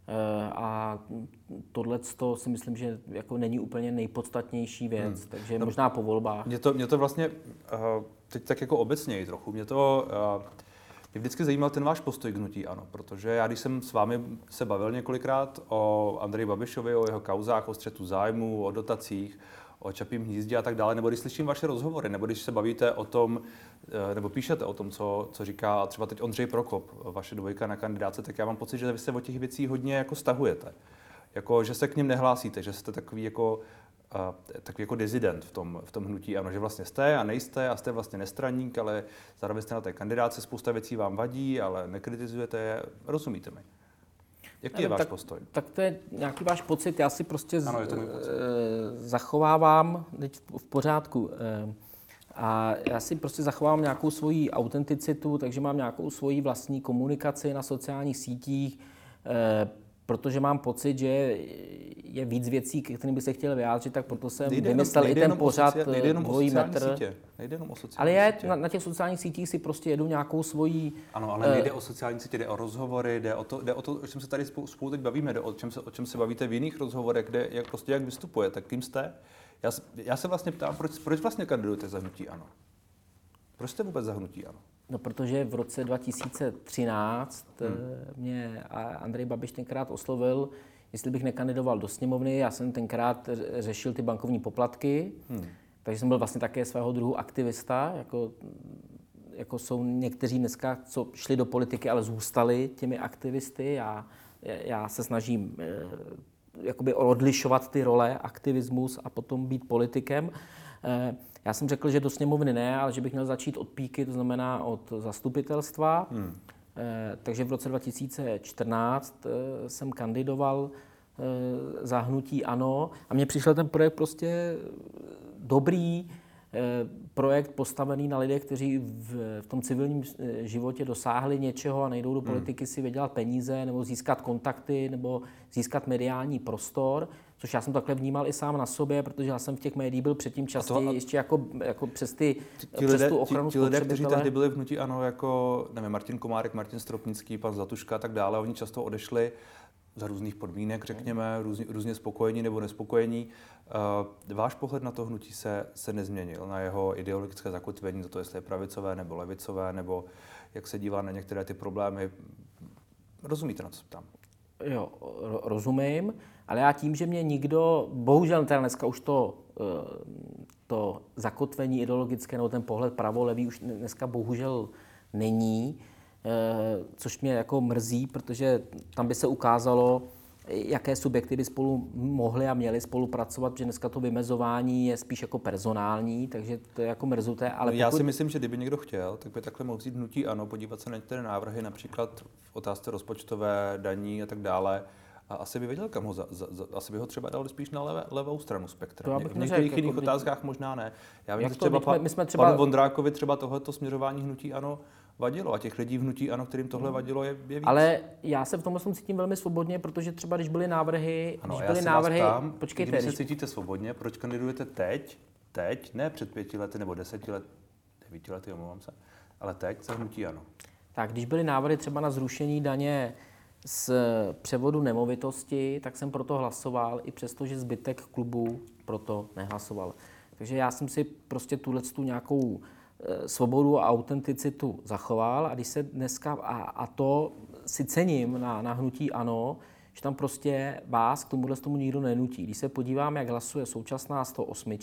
a tohleto si myslím, že jako není úplně nejpodstatnější věc, hmm. takže no, možná po volbách. Mě to, mě to vlastně, uh, teď tak jako obecněji trochu, mě to... Uh, Mě vždycky zajímal ten váš postoj k hnutí ANO, protože já, když jsem s vámi se bavil několikrát o Andreji Babišovi, o jeho kauzách, o střetu zájmů, o dotacích, o Čapím hnízdě a tak dále, nebo když slyším vaše rozhovory, nebo když se bavíte o tom, nebo píšete o tom, co, co říká třeba teď Ondřej Prokop, vaše dvojka na kandidáce, tak já mám pocit, že vy se od těch věcí hodně jako stahujete. Jako, že se k nim nehlásíte, že jste takový jako Uh, takový jako dizident v tom, v tom hnutí ANO, že vlastně jste a nejste a jste vlastně nestraník, ale zároveň jste na té kandidáce, spousta věcí vám vadí, ale nekritizujete je. Rozumíte mi? Jaký je váš tak, postoj? Tak to je nějaký váš pocit, já si prostě ano, je to můj pocit. zachovávám teď v pořádku. A já si prostě zachovám nějakou svoji autenticitu, takže mám nějakou svoji vlastní komunikaci na sociálních sítích, protože mám pocit, že je víc věcí, k kterým bych se chtěl vyjádřit, tak proto jsem nejde vymyslel jenom, i ten pořad dvojí metr. Sítě. Nejde jenom o sociální ale je, sítě. Na, na těch sociálních sítích si prostě jedu nějakou svojí... Ano, ale uh, nejde o sociální sítě, jde o rozhovory, jde o to, jde o, to o čem se tady spolu, spolu teď bavíme, jde o čem se, o čem se bavíte v jiných rozhovorech, kde jak, prostě jak vystupujete, kým jste. Já, já se vlastně ptám, proč, proč vlastně kandidujete za hnutí ANO? Proč jste vůbec za hnutí ANO? No, protože v roce dva tisíce třináct hmm. mě Andrej Babiš tenkrát oslovil, jestli bych nekandidoval do sněmovny. Já jsem tenkrát řešil ty bankovní poplatky, hmm. takže jsem byl vlastně také svého druhu aktivista, jako, jako jsou někteří dneska, co šli do politiky, ale zůstali těmi aktivisty. Já, já se snažím eh, jakoby odlišovat ty role, aktivismus a potom být politikem. Eh, Já jsem řekl, že do sněmovny ne, ale že bych měl začít od píky, to znamená od zastupitelstva. Hmm. E, takže v roce dva tisíce čtrnáct e, jsem kandidoval e, za hnutí ANO a mně přišel ten projekt prostě dobrý, e, projekt postavený na lidech, kteří v, v tom civilním životě dosáhli něčeho a nejdou do politiky si vydělat peníze nebo získat kontakty nebo získat mediální prostor. Což já jsem takhle vnímal i sám na sobě, protože já jsem v těch médiích byl předtím častěji ještě jako, jako přes, ty, ti přes lidé, tu ochranu ti, ti lidé, kteří tehdy byli v hnutí ANO, jako nevím, Martin Komárek, Martin Stropnický, pan Zlatuška a tak dále, oni často odešli za různých podmínek, řekněme, různě, různě spokojení nebo nespokojení. Uh, váš pohled na to hnutí se, se nezměnil, na jeho ideologické zakotvení, na to, jestli je pravicové nebo levicové, nebo jak se dívá na některé ty problémy. Rozumíte, na co se ptám? Jo, rozumím, ale já tím, že mě nikdo, bohužel teda dneska už to, to zakotvení ideologické nebo ten pohled pravo-levý už dneska bohužel není, což mě jako mrzí, protože tam by se ukázalo, jaké subjekty by spolu mohly a měly spolupracovat, protože dneska to vymezování je spíš jako personální, takže to je jako mrzuté. Ale pokud... Já si myslím, že kdyby někdo chtěl, tak by takhle mohl vzít hnutí ANO, podívat se na některé návrhy, například v otázce rozpočtové, daní a tak dále, a asi by věděl, kam ho za, za, za, asi by ho třeba dal spíš na levé, levou stranu spektra. V některých jiných jako otázkách možná ne. Já vím, že třeba, my, my jsme třeba panu Vondrákovi třeba tohleto směřování hnutí ANO vadilo a těch lidí v hnutí ANO, kterým tohle vadilo, je, je víc. Ale já se v tomhle cítím velmi svobodně, protože třeba když byly návrhy, ano, když byly já návrhy, ptám, počkejte, když se když... cítíte svobodně, proč kandidujete teď, teď, ne před pěti lety nebo deseti lety, devíti lety, omlouvám se, ale teď za hnutí ANO. Tak když byly návrhy třeba na zrušení daně z převodu nemovitosti, tak jsem proto hlasoval, i přesto, že zbytek klubu proto nehlasoval. Takže já jsem si prostě tuhletu nějakou svobodu a autenticitu zachoval a když se dneska, a, a to si cením na, na hnutí ANO, že tam prostě vás k tomuhle tomu nikdo nenutí. Když se podívám, jak hlasuje současná sto osm,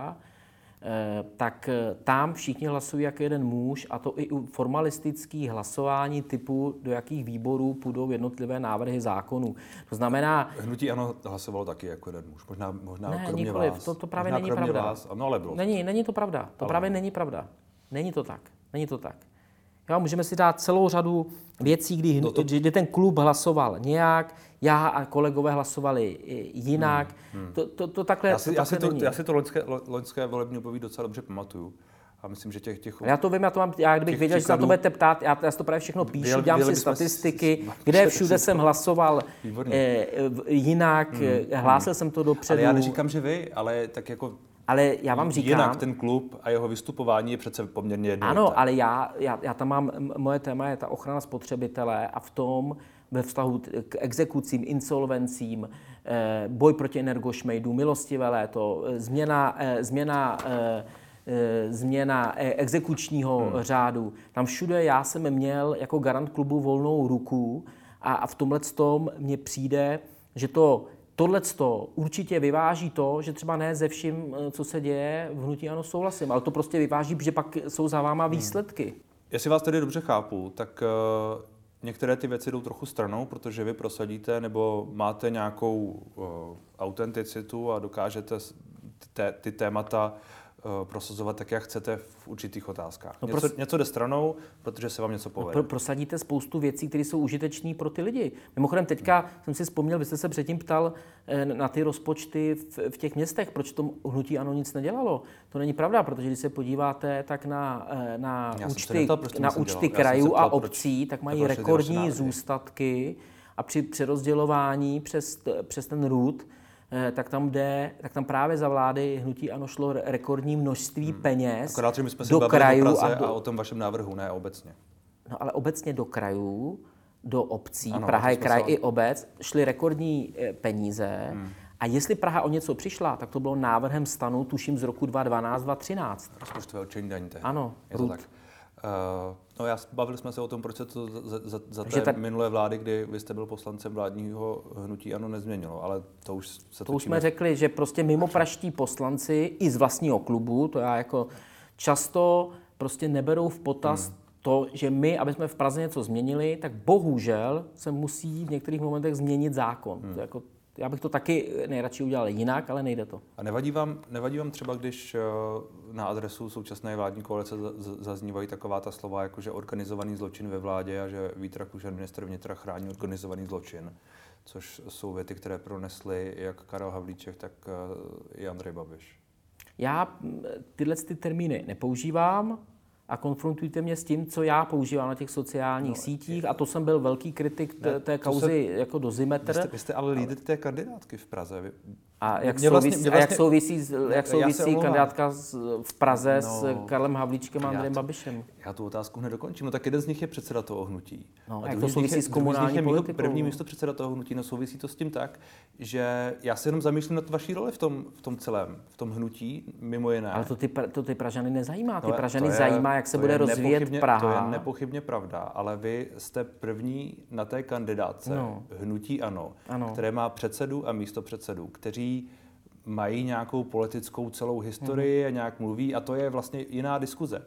tak tam všichni hlasují jako jeden muž, a to i u formalistických hlasování typu, do jakých výborů půjdou jednotlivé návrhy zákonů. To znamená... Hnutí ANO hlasovalo taky jako jeden muž, možná, možná ne, kromě nikoliv, vás. To, to právě možná není pravda. Vás, no, ale bylo. Není, není to pravda, to ale právě není pravda. Není to tak, není to tak. Jo, můžeme si dát celou řadu věcí, kdy, no to... kdy ten klub hlasoval nějak, já a kolegové hlasovali jinak. Hmm, hmm. To, to, to takhle, já si, to já takhle si to, není. já si to loňské, loňské volební období docela dobře pamatuju. A myslím, že těch... těch já to vím, já to mám, já kdybych věděl, že se na to budete ptát, já, já si to právě všechno píšu, dělám si statistiky, s, s, kde všude jsem hlasoval eh, jinak, hmm, hlásil hmm. jsem to dopředu. Ale já neříkám, že vy, ale tak jako... Ale já vám říkám... Jinak ten klub a jeho vystupování je přece poměrně jednoduché. Ano, ale já, já, já tam mám, moje téma je ta ochrana spotřebitele a v tom ve vztahu k exekucím, insolvencím, boj proti energošmejdů, milostivé léto, změna, změna, změna exekučního hmm. řádu. Tam všude já jsem měl jako garant klubu volnou ruku a, a v tomhletom mně přijde, že to tohleto určitě vyváží to, že třeba ne ze vším, co se děje v hnutí ANO souhlasím, ale to prostě vyváží, že pak jsou za váma výsledky. Hmm. Jestli vás tedy dobře chápu, tak uh, některé ty věci jdou trochu stranou, protože vy prosadíte nebo máte nějakou uh, autenticitu a dokážete t- ty témata prosazovat tak, jak chcete v určitých otázkách. No, něco, pros... něco jde stranou, protože se vám něco povede. No, pro, prosadíte spoustu věcí, které jsou užitečné pro ty lidi. Mimochodem, teďka hmm. jsem si vzpomněl, vy jste se předtím ptal na ty rozpočty v, v těch městech, proč to hnutí ANO nic nedělalo. To není pravda, protože když se podíváte tak na, na účty, neptal, na účty krajů ptal, a obcí, tak mají rekordní zůstatky a při přerozdělování přes, přes ten růd tak tam jde, tak tam právě za vlády hnutí ANO šlo rekordní množství hmm. peněz Akorát, že my jsme do se krajů o Praze a, do... a o tom vašem návrhu, ne obecně. No ale obecně do krajů, do obcí, ano, Praha je kraj se... i obec, šly rekordní peníze hmm. a jestli Praha o něco přišla, tak to bylo návrhem STANu, tuším z roku dva tisíce dvanáct dva tisíce třináct. Rozpočtové určení daní tehdy. Ano, je to tak. Uh, no já bavili jsme se o tom, proč se to za, za, za té tak... minulé vlády, kdy vy jste byl poslancem vládního hnutí ANO, nezměnilo, ale to už se to už jsme řekli, že prostě mimo praští poslanci i z vlastního klubu, to já jako často prostě neberou v potaz hmm. to, že my, aby jsme v Praze něco změnili, tak bohužel se musí v některých momentech změnit zákon. Hmm. To jako, já bych to taky nejradši udělal jinak, ale nejde to. A nevadí vám, nevadí vám třeba, když na adresu současné vládní koalice zaznívají taková ta slova, jako že organizovaný zločin ve vládě a že Vít Rakušan, ministr vnitra, chrání organizovaný zločin, což jsou věty, které pronesli jak Karel Havlíček, tak i Andrej Babiš. Já tyhle ty termíny nepoužívám a konfrontujte mě s tím, co já používám na těch sociálních no, sítích. A to jsem byl velký kritik ne, té kauzy se, jako dozimetr. Vy jste, vy jste ale lídr té kandidátky v Praze. Vy, a jak mě souvisí, vlastně, mě vlastně, a jak souvisí, jak souvisí kandidátka v Praze no, s Karlem Havlíčkem a Andrejem Babišem? Já tu otázku nedokončím. No tak jeden z nich je předseda toho hnutí. No, a jak to souvisí je, s komunální politikou? První místo předseda toho hnutí, no souvisí to s tím tak, že já se jenom zamýšlím nad vaší roli v tom, v tom celém, v tom hnutí, mimo jiné. Ale to ty, to ty Pražany nezajímá. Ty Pražany zajímá, jak se bude rozvíjet Praha. To je nepochybně pravda, ale vy jste první na té kandidátce no. hnutí ANO, ano, které má předsedu a místopředsedu, kteří mají nějakou politickou celou historii hmm. a nějak mluví a to je vlastně jiná diskuze.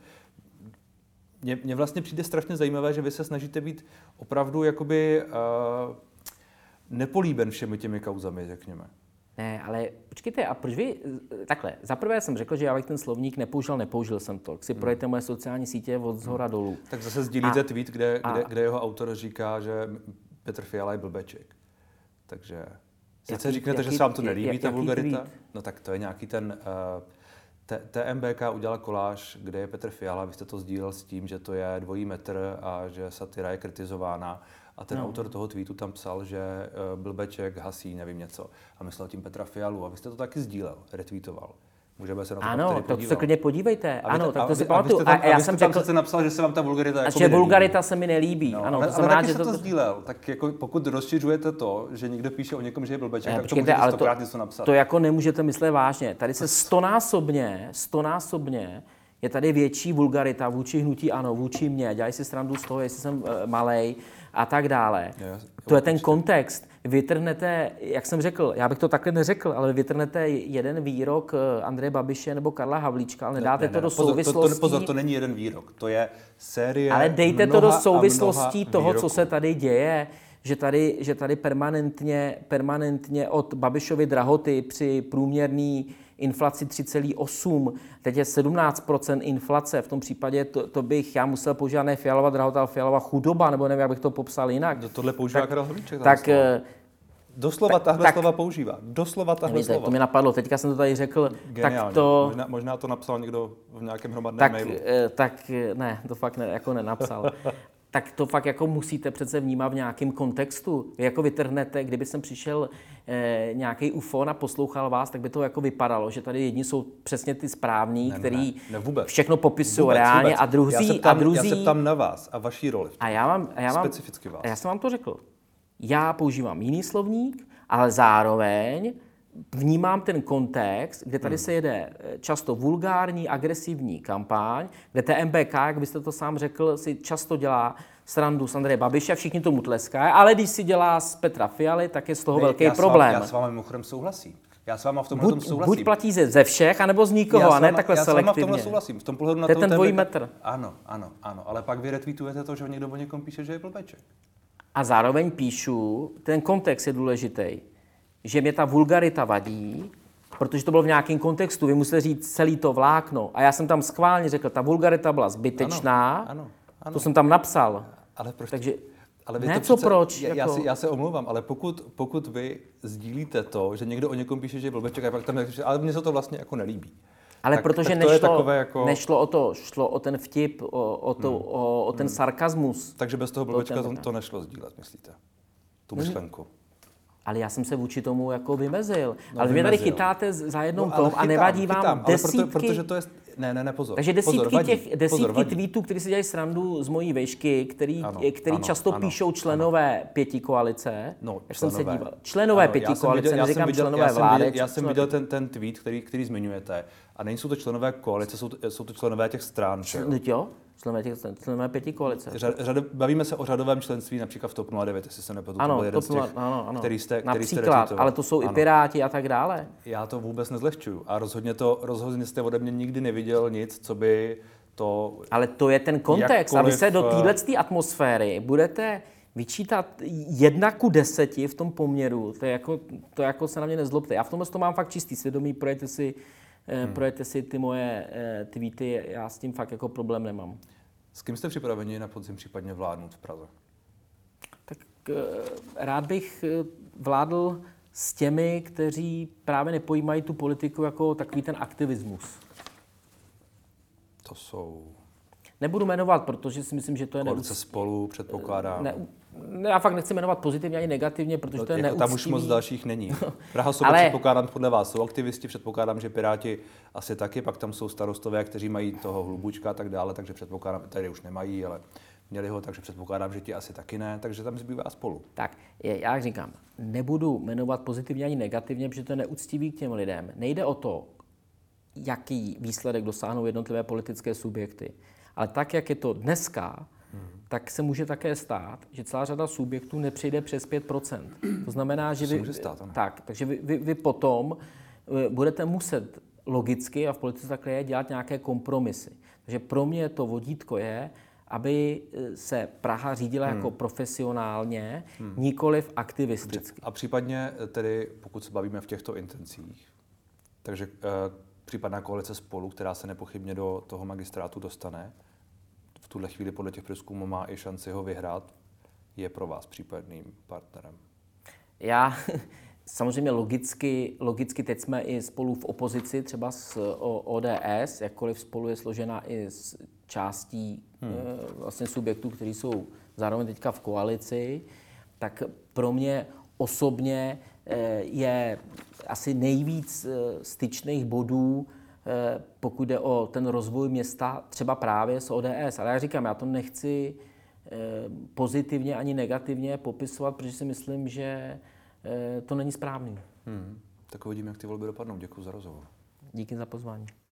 Mně, mně vlastně přijde strašně zajímavé, že vy se snažíte být opravdu jakoby uh, nepolíben všemi těmi kauzami, řekněme. Ne, ale počkejte, a proč vy, takhle, zaprvé jsem řekl, že já bych ten slovník nepoužil, nepoužil jsem to. Si hmm. projďte moje sociální sítě od zhora hmm. dolů. Tak zase sdílíte a, tweet, kde, a, kde, kde jeho autor říká, že Petr Fiala je blbeček. Takže sice Jaký- říkáte, že jaký- se vám to nelíbí, jak- ta jaký vulgarita, tweet? no tak to je nějaký ten... Uh, T- TMBK udělal koláž, kde je Petr Fiala, vy jste to sdílel s tím, že to je dvojí metr a že satira je kritizována. A ten no. autor toho tweetu tam psal, že uh, blbeček hasí, nevím něco. A myslel tím Petra Fialu. A vy jste to taky sdílel, retweetoval. Můžeme se na to ano, tady tak to se klidně podívejte. A vy, ano, tak to a si vy, pamatuju. A, tam, a, a já a vy jsem jste tam řekl, přece napsal, že se vám ta vulgarita a jako že vulgarita se mi nelíbí. No, ano, ale, to ale znamená, taky že jste to... to sdílel. Tak jako pokud rozšiřujete to, že někdo píše o někom, že je blbeček, Ne, tak počkejte, to můžete ale stokrát to, něco napsat. to jako nemůžete myslet vážně. Tady se stonásobně, stonásobně je tady větší vulgarita vůči hnutí ANO, vůči mně. Dělají si srandu z toho, jestli jsem e, malej a tak dále. Je, to je ten kontext. Vytrhnete, jak jsem řekl, já bych to takhle neřekl, ale vytrhnete jeden výrok Andreje Babiše nebo Karla Havlíčka, ale nedáte ne, ne, to do pozor, souvislostí. To, to, pozor, to není jeden výrok, to je série. Ale dejte mnoha to do souvislostí toho, výroků. co se tady děje, že tady, že tady permanentně, permanentně od Babišovy drahoty při průměrné inflaci tři celá osm, teď je sedmnáct procent inflace, v tom případě to, to bych já musel používat ne Fialova drahota, ale Fialova chudoba, nebo nevím, jak bych to popsal jinak. Do tohle používá Karel Havlíček. Tak, doslova tahle tak, slova používá. Doslova tahle víte, slova. to mi napadlo, teďka jsem to tady řekl. Geniálně. Tak to, možná, možná to napsal někdo v nějakém hromadném tak, mailu. tak ne, to fakt ne, jako nenapsal. Tak to fakt jako musíte přece vnímat v nějakém kontextu. Vy jako vytrhnete, kdyby jsem přišel eh, nějaký ufon a poslouchal vás, tak by to jako vypadalo, že tady jedni jsou přesně ty správní, ne, který ne, ne, všechno popisují vůbec, reálně vůbec. a druzí já se ptám, a druzí. Já se ptám na vás a vaší roli. A já vám, a já vám, Specificky vás. A já jsem vám to řekl. Já používám jiný slovník, ale zároveň vnímám ten kontext, kde tady hmm. se jede často vulgární, agresivní kampaň, kde T M B K, jak byste to sám řekl, si často dělá srandu z Andreje Babiše, všichni tomu tleskají, ale když si dělá z Petra Fialy, tak je z toho Ne, velký já problém. S vámi, já s vámi mimochodem souhlasím. Já s váma v tomhle buď, souhlasím. buď platí ze, ze všech, anebo z nikoho, já a ne váma, takhle já selektivně. Já s váma v tomhle souhlasím. V tom pohledu na to je toho ten dvojí T M B K. metr. Ano, ano, ano. Ale pak vy retweetujete to, že někdo o někom píše, že je blbeček. A zároveň píšu, ten kontext je důležitý, že mě ta vulgarita vadí, protože to bylo v nějakém kontextu. Vy musíte říct celý to vlákno. A já jsem tam schválně řekl, ta vulgarita byla zbytečná. Ano, ano, ano. To jsem tam napsal. Ale proč? Takže ale vy ne, to co přece, proč? Já, jako... já, si, já se omlouvám, ale pokud, pokud vy sdílíte to, že někdo o někom píše, že je blbeček, a pak tam řekne, ale mně se to vlastně jako nelíbí. Ale tak, protože tak nešlo, je takové jako... nešlo o to, šlo o ten vtip, o, o, to, hmm. o, o ten hmm. sarkazmus. Takže bez toho blbečka to, to nešlo sdílet, myslíte? Tu myšlenku. Ale já jsem se vůči tomu jako vymezil. No, ale vy mě vymezil. tady chytáte za jednou no, tom chytám, a nevadí vám chytám, desítky... Ale proto, protože to je... Ne, ne, ne, pozor. Takže desítky pozor, vadí, těch desítky pozor, vadí. tweetů, který si dělají srandu z mojí vejšky, který, ano, který ano, často ano, píšou členové ano. pěti koalice. No, jak členové. jsem se díval. Členové ano, pěti koalice, viděl, neříkám viděl, členové já vlády. Viděl, já jsem viděl ten, ten tweet, který, který zmiňujete. A nejsou to členové koalice, jsou to, jsou to členové těch stran. Čl- jo? Členové, těch, členové pěti koalice. Řad, řad, bavíme se o řadovém členství, například v TOP nula devět, jestli se nepletu, ano, to byl jeden z těch, ano, ano. který jste, který Například, jste ale to jsou ano. i Piráti a tak dále. Já to vůbec nezlehčuju a rozhodně, to, rozhodně jste ode mě nikdy neviděl nic, co by to... Ale to je ten kontext. A vy se do této atmosféry budete vyčítat jedna ku deseti v tom poměru. To, je jako, to jako se na mě nezlobte. Já v tomhle to mám fakt čistý svědomí, projete si, hmm. projete si ty moje tweety, já s tím fakt jako problém nemám. S kým jste připraveni na podzim případně vládnout v Praze? Tak rád bych vládl s těmi, kteří právě nepojímají tu politiku jako takový ten aktivismus. To jsou... Nebudu jmenovat, protože si myslím, že to je neúctivé. neúctivé. Spolu, předpokládám. Ne, ne, já fakt nechci jmenovat pozitivně ani negativně, protože no, to je jako neúctivý. Tam už moc dalších není. Praha sobě Ale... předpokládám podle vás jsou aktivisti, předpokládám, že Piráti asi taky, pak tam jsou starostové, kteří mají toho Hlubučka a tak dále, takže předpokládám, tady už nemají, ale měli ho, takže předpokládám, že ti asi taky ne, takže tam zbývá Spolu. Tak, já říkám, nebudu jmenovat pozitivně ani negativně, protože to je neúctivý k těm lidem. Nejde o to, jaký výsledek dosáhnou jednotlivé politické subjekty, ale tak, jak je to dneska, hmm. tak se může také stát, že celá řada subjektů nepřejde přes pět procent. To znamená, že to vy, může stát, tak, takže vy, vy, vy potom budete muset logicky, a v politice takhle je, dělat nějaké kompromisy. Takže pro mě to vodítko je, aby se Praha řídila hmm. jako profesionálně, hmm. nikoliv aktivisticky. A případně tedy, pokud se bavíme v těchto intencích, takže eh, případná koalice Spolu, která se nepochybně do toho magistrátu dostane, v tuhle chvíli podle těch průzkumů má i šanci ho vyhrát, je pro vás případným partnerem? Já samozřejmě logicky, logicky teď jsme i spolu v opozici, třeba s O D S, jakkoliv spolu je složena i z částí hmm. vlastně subjektů, kteří jsou zároveň teďka v koalici, tak pro mě osobně je asi nejvíc styčných bodů, pokud jde o ten rozvoj města, třeba právě s O D S. Ale já říkám, já to nechci pozitivně ani negativně popisovat, protože si myslím, že to není správný. Hmm. Tak uvidíme, jak ty volby dopadnou. Děkuji za rozhovor. Díky za pozvání.